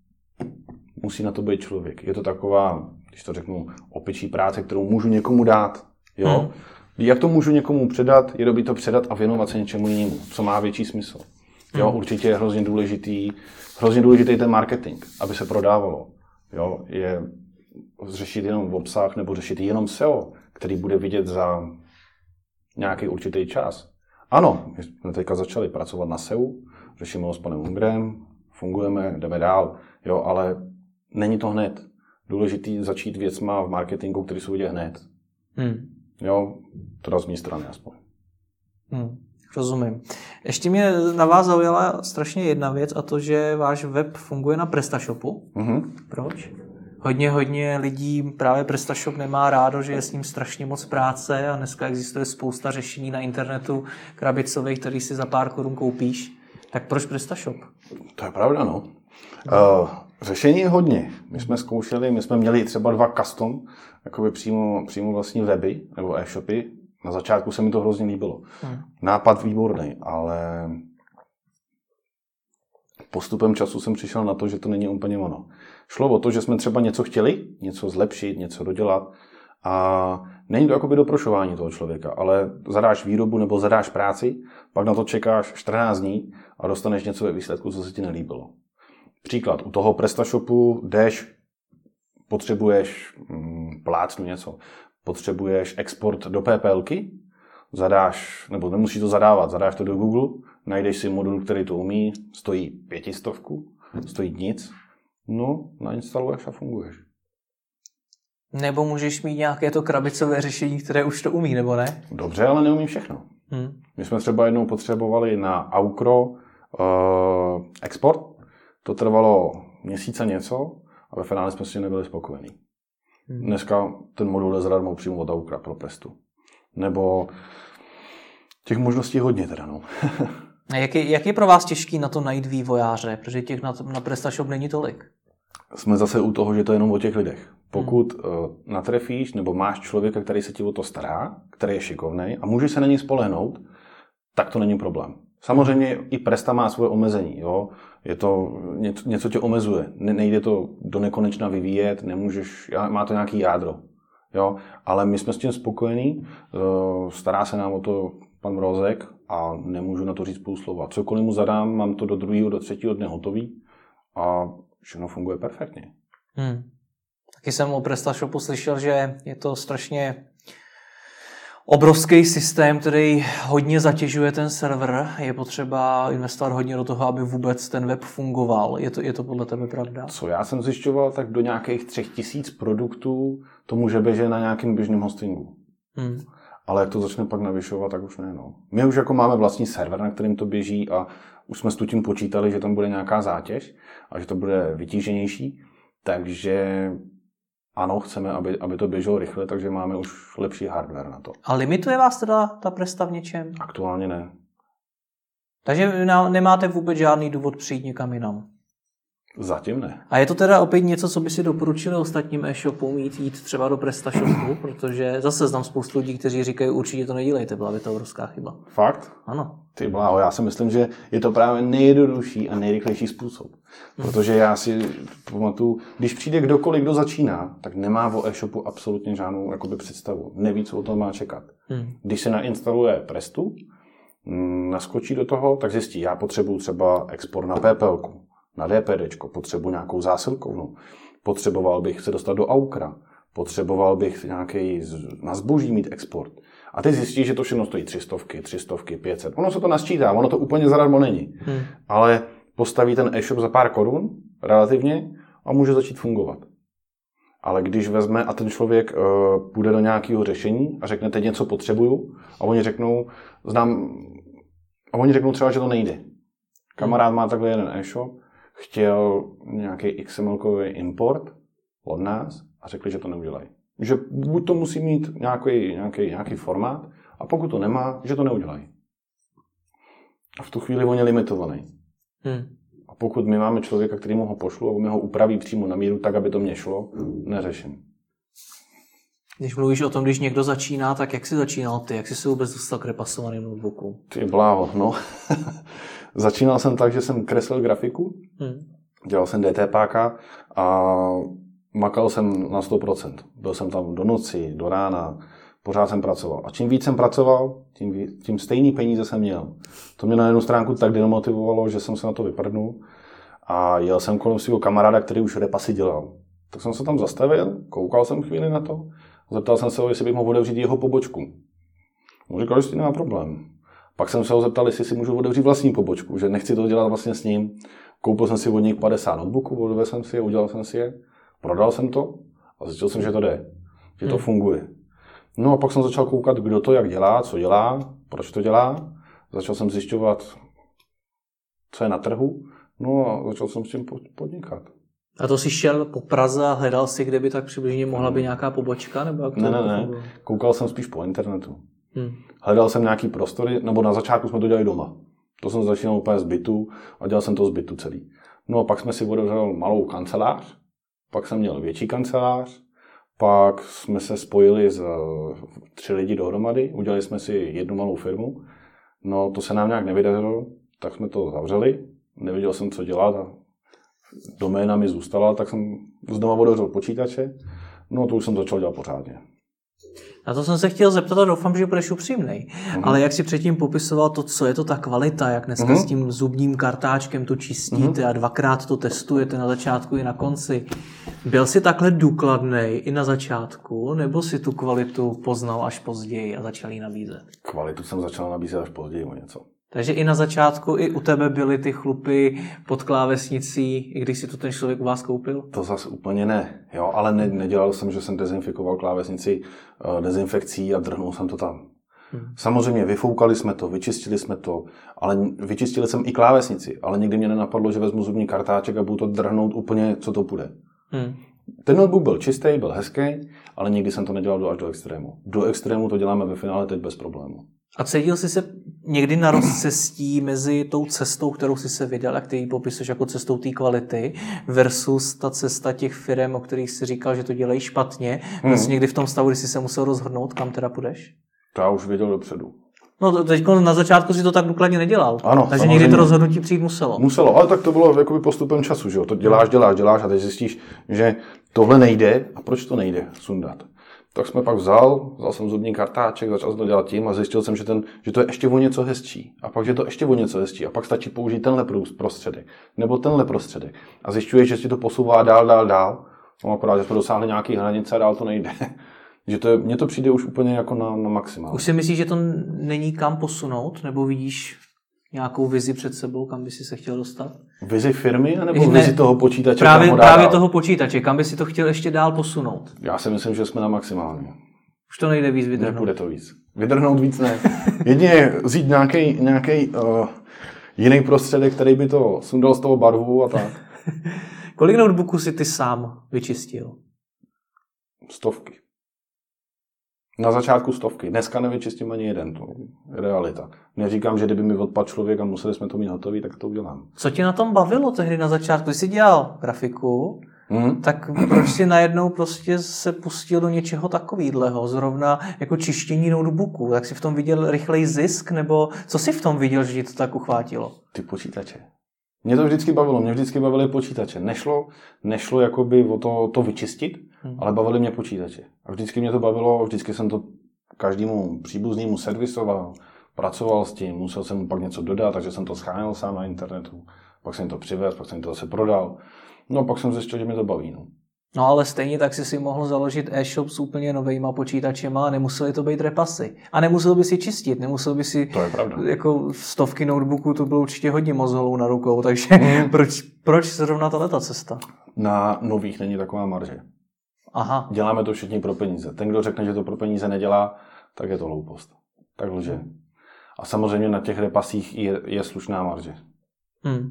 musí na to být člověk. Je to taková, když to řeknu, opičí práce, kterou můžu někomu dát. Jo? Hmm. Jak to můžu někomu předat, je dobré to předat a věnovat se něčemu jinému, co má větší smysl. Jo? Hmm. Určitě je hrozně důležitý, hrozně důležitý ten marketing, aby se prodávalo. Jo? Je řešit jenom v obsah nebo řešit jenom S E O, který bude vidět za nějaký určitý čas. Ano, my jsme teďka začali pracovat na S E O, řešíme ho s panem Hungrem, fungujeme, jdeme dál, jo, ale není to hned. Důležitý začít věcma v marketingu, který jsou vidět hned. Hmm. Jo, teda z mé strany aspoň. Hmm, rozumím. Ještě mě na vás zaujala strašně jedna věc a to, že váš web funguje na PrestaShopu. Mm-hmm. Proč? Hodně, hodně lidí právě PrestaShop nemá rádo, že je s ním strašně moc práce a dneska existuje spousta řešení na internetu krabicových, který si za pár korun koupíš. Tak proč PrestaShop? To je pravda, no. Uh, řešení je hodně. My jsme zkoušeli, my jsme měli třeba dva custom, jakoby přímo, přímo vlastní weby nebo e-shopy. Na začátku se mi to hrozně líbilo. Hmm. Nápad výborný, ale postupem času jsem přišel na to, že to není úplně ono. Šlo o to, že jsme třeba něco chtěli, něco zlepšit, něco dodělat a není to jakoby doprošování toho člověka, ale zadáš výrobu nebo zadáš práci, pak na to čekáš čtrnáct dní a dostaneš něco ve výsledku, co se ti nelíbilo. Příklad, u toho PrestaShopu jdeš, potřebuješ hm, plácnu něco, potřebuješ export do PPLky, zadáš, nebo nemusíš to zadávat, zadáš to do Google, najdeš si modul, který to umí, stojí pětistovku, stojí nic, no, nainstaluješ a funguješ. Nebo můžeš mít nějaké to krabicové řešení, které už to umí, nebo ne? Dobře, ale neumí všechno. Hmm. My jsme třeba jednou potřebovali na Aukro uh, export, to trvalo měsíce něco a ve finále jsme si nebyli spokojení. Hmm. Dneska ten modul je zadarmo přímo od Aukra pro Prestu. Nebo těch možností hodně teda, no. A jak je, jak je pro vás těžký na to najít vývojáře? Protože těch na, na PrestaShop není tolik. Jsme zase u toho, že to je jenom o těch lidech. Pokud hmm. uh, natrefíš nebo máš člověka, který se ti o to stará, který je šikovnej a můžeš se na něj spolehnout, tak to není problém. Samozřejmě i Presta má svoje omezení. Jo? Je to, něco, něco tě omezuje. Ne, nejde to do nekonečna vyvíjet, nemůžeš, má to nějaký jádro. Jo? Ale my jsme s tím spokojení, uh, stará se nám o to pan Mrozek a nemůžu na to říct půl slova. Cokoliv mu zadám, mám to do druhého, do třetího dne hotový a všechno funguje perfektně. Hmm. Taky jsem o PrestaShopu slyšel, že je to strašně obrovský systém, který hodně zatěžuje ten server. Je potřeba investovat hodně do toho, aby vůbec ten web fungoval. Je to, je to podle tebe pravda? Co já jsem zjišťoval, tak do nějakých třech tisíc produktů to může běžet na nějakém běžném hostingu. Hmm. Ale jak to začne pak navyšovat, tak už ne. No. My už jako máme vlastní server, na kterým to běží a už jsme s tím počítali, že tam bude nějaká zátěž a že to bude vytíženější. Takže ano, chceme, aby, aby to běželo rychle, takže máme už lepší hardware na to. A limituje vás teda ta Presta v něčem? Aktuálně ne. Takže nemáte vůbec žádný důvod přijít někam jinam? Zatím ne. A je to teda opět něco, co by si doporučili ostatním e-shopům jít, jít třeba do PrestaShopu, protože zase znám spoustu lidí, kteří říkají, určitě to nedělejte, byla by to obrovská chyba. Fakt? Ano. Ty bláho, já si myslím, že je to právě nejjednodušší a nejrychlejší způsob. Protože já si pamatuju, když přijde kdokoliv, kdo začíná, tak nemá o e-shopu absolutně žádnou jakoby, představu. Neví, co o tom má čekat. Hmm. Když se nainstaluje Prestu, naskočí do toho, tak zjistí, já potřebuju třeba export na PPLku, na DPDčko, potřebuji nějakou zásilkovnu, potřeboval bych se dostat do Aukra, potřeboval bych nějaký na zboží mít export. A teď zjistíš, že to všechno stojí tři stovky, tři stovky, pět set. Ono se to nasčítá, ono to úplně zadarmo není. Hmm. Ale postaví ten e-shop za pár korun, relativně, a může začít fungovat. Ale když vezme a ten člověk uh, půjde do nějakého řešení a řekne, teď něco potřebuju, a oni řeknou, znám, a oni řeknou třeba, že to nejde. Kamarád má takhle jeden e-shop, chtěl nějaký X M L-kový import od nás a řekli, že to neudělají. Že buď to musí mít nějaký, nějaký, nějaký formát, a pokud to nemá, že to neudělají. A v tu chvíli on je limitovaný. Hmm. A pokud my máme člověka, který mu ho pošlu a my ho upraví přímo na míru tak, aby to mě šlo, neřeším. Když mluvíš o tom, když někdo začíná, tak jak jsi začínal ty? Jak jsi se vůbec dostal k repasovaným notebooku? Ty bláho, no. Začínal jsem tak, že jsem kreslil grafiku, hmm. dělal jsem DTPáka a makal jsem na sto procent. Byl jsem tam do noci, do rána, pořád jsem pracoval. A čím víc jsem pracoval, tím, víc, tím stejný peníze jsem měl. To mě na jednu stránku tak demotivovalo, že jsem se na to vyprdnul a jel jsem kolem svého kamaráda, který už repasy dělal. Tak jsem se tam zastavil, koukal jsem chvíli na to a zeptal jsem se ho, jestli bych mohl otevřít jeho pobočku. On říkal, že s tím nemá problém. Pak jsem se ho zeptal, jestli si můžu otevřít vlastní pobočku, že nechci to dělat vlastně s ním. Koupil jsem si od nich padesát notebooků, odvezl jsem si je, udělal jsem si je, prodal jsem to a zjistil jsem, že to jde, že to hmm. funguje. No a pak jsem začal koukat, kdo to jak dělá, co dělá, proč to dělá. Začal jsem zjišťovat, co je na trhu, no a začal jsem s tím podnikat. A to jsi šel po Praze a hledal si, kde by tak přibližně mohla být nějaká pobočka? Nebo jak to ne, ne, ne. Koukal jsem spíš po internetu. Hmm. Hledal jsem nějaký prostory, nebo na začátku jsme to dělali doma. To jsem začínal úplně z bytu a dělal jsem to z bytu celý. No a pak jsme si otevřeli malou kancelář, pak jsem měl větší kancelář, pak jsme se spojili z tři lidi dohromady, udělali jsme si jednu malou firmu. No to se nám nějak nevydařilo, tak jsme to zavřeli, nevěděl jsem, co dělat a doména mi zůstala, tak jsem znovu otevřel počítače, no to už jsem začal dělat pořádně. Na to jsem se chtěl zeptat a doufám, že budeš upřímnej. Mm-hmm. Ale jak jsi předtím popisoval to, co je to ta kvalita, jak dneska mm-hmm. s tím zubním kartáčkem to čistíte mm-hmm. a dvakrát to testujete na začátku i na konci. Byl jsi takhle důkladnej i na začátku, nebo si tu kvalitu poznal až později a začal ji nabízet? Kvalitu jsem začal nabízet až později o něco. Takže i na začátku, i u tebe byly ty chlupy pod klávesnicí, i když si to ten člověk u vás koupil? To zase úplně ne, jo, ale ne, nedělal jsem, že jsem dezinfikoval klávesnici dezinfekcí a drhnul jsem to tam. Hmm. Samozřejmě vyfoukali jsme to, vyčistili jsme to, ale vyčistili jsem i klávesnici, ale nikdy mě nenapadlo, že vezmu zubní kartáček a budu to drhnout úplně, co to půjde. Hmm. Ten notebook byl čistý, byl hezký, ale nikdy jsem to nedělal až do extrému. Do extrému to děláme ve finále teď bez problému. A cítil jsi se někdy na rozcestí mezi tou cestou, kterou jsi se vydal a který popisuješ jako cestou té kvality versus ta cesta těch firem, o kterých jsi říkal, že to dělají špatně? Byl jsi hmm. někdy v tom stavu, kdy jsi se musel rozhodnout, kam teda půjdeš? To já už věděl dopředu. No teď na začátku si to tak důkladně nedělal. Ano, takže někdy to rozhodnutí přijít muselo. Muselo, ale tak to bylo jakoby postupem času, že jo? To děláš, děláš, děláš a teď zjistíš, že tohle nejde a proč to nejde sundat. Tak jsme pak vzal, vzal jsem zubní kartáček, začal jsem to dělat tím a zjistil jsem, že, ten, že to je ještě o něco hezčí. A pak, že to ještě o něco hezčí. A pak stačí použít tenhle prostředek. Nebo tenhle prostředek. A zjišťuješ, že si to posouvá dál, dál, dál. No akorát, že jsme dosáhli nějaký hranice a dál to nejde. Že to je, mně to přijde už úplně jako na, na maximál. Už si myslíš, že to není kam posunout? Nebo vidíš nějakou vizi před sebou, kam by si se chtěl dostat? Vizi firmy, nebo ne, vizi toho počítače? Právě, právě toho počítače. Kam by si to chtěl ještě dál posunout? Já si myslím, že jsme na maximálně. Už to nejde víc vydrhnout. Nepůjde to víc. Vydrhnout víc ne. Jedině vzít nějaký, nějaký uh, jiný prostředek, který by to sundal z toho barvu a tak. Kolik notebooků si ty sám vyčistil? Stovky. Na začátku stovky. Dneska nevyčistím ani jeden. To je realita. Neříkám, že kdyby mi odpadl člověk a museli jsme to mít hotový, tak to udělám. Co tě na tom bavilo tehdy na začátku? Když jsi dělal grafiku, hmm? tak proč jsi najednou prostě se pustil do něčeho takovýhleho? Zrovna jako čištění notebooku. Tak jsi v tom viděl rychlej zisk? Nebo co jsi v tom viděl, že ti to tak uchvátilo? Ty počítače. Mě to vždycky bavilo. Mě vždycky bavily počítače. Nešlo, nešlo jakoby o to, to vyčistit, hmm. ale bavily mě počítače. A vždycky mě to bavilo, vždycky jsem to každému příbuznému servisoval, pracoval s tím, musel jsem mu pak něco dodat, takže jsem to scháněl sám na internetu. Pak jsem to přivez, pak jsem to zase prodal. No a pak jsem zjistil, že mě to baví. No. No ale stejně tak si si mohl založit e-shop s úplně novejma počítačema a nemuseli to být repasy. A nemusel by si čistit, nemusel by si... To je pravda. Jako stovky notebooků, to bylo určitě hodně mozolů na rukou, takže mm. proč, proč zrovna tato cesta? Na nových není taková marže. Aha. Děláme to všichni pro peníze. Ten, kdo řekne, že to pro peníze nedělá, tak je to hloupost. Tak lže. A samozřejmě na těch repasích je, je slušná marže. Hmm.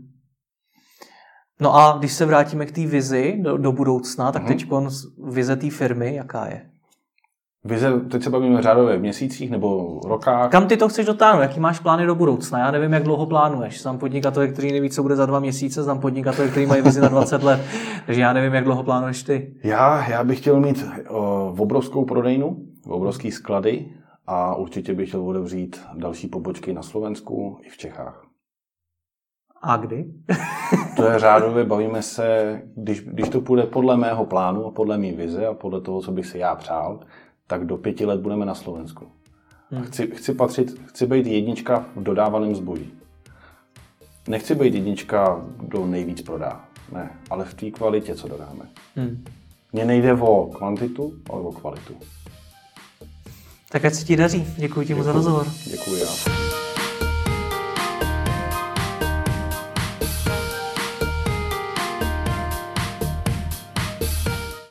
No a když se vrátíme k té vizi do, do budoucna, tak uh-huh. teď vize té firmy, jaká je? Vize, teď se bavíme řádově v měsících nebo rokách. Kam ty to chceš dotáhnout? Jaký máš plány do budoucna? Já nevím, jak dlouho plánuješ. Jsem podnikatel, který neví, co bude za dva měsíce, jsem podnikatel, který mají vizi na dvacet let, takže já nevím, jak dlouho plánuješ ty. Já, já bych chtěl mít uh, obrovskou prodejnu, obrovský sklady a určitě bych chtěl otevřít další pobočky na Slovensku i v Čechách. A kdy? To je řádově, bavíme se, když, když to půjde podle mého plánu a podle mý vize a podle toho, co bych si já přál, tak do pěti let budeme na Slovensku. Hmm. Chci, chci patřit, chci být jednička v dodávaném zboží. Nechci být jednička, kdo nejvíc prodá. Ne, ale v té kvalitě, co dodáme. Hmm. Mně nejde o kvantitu, ale o kvalitu. Tak ať se ti daří. Děkuji ti moc za rozhovor. Děkuji já.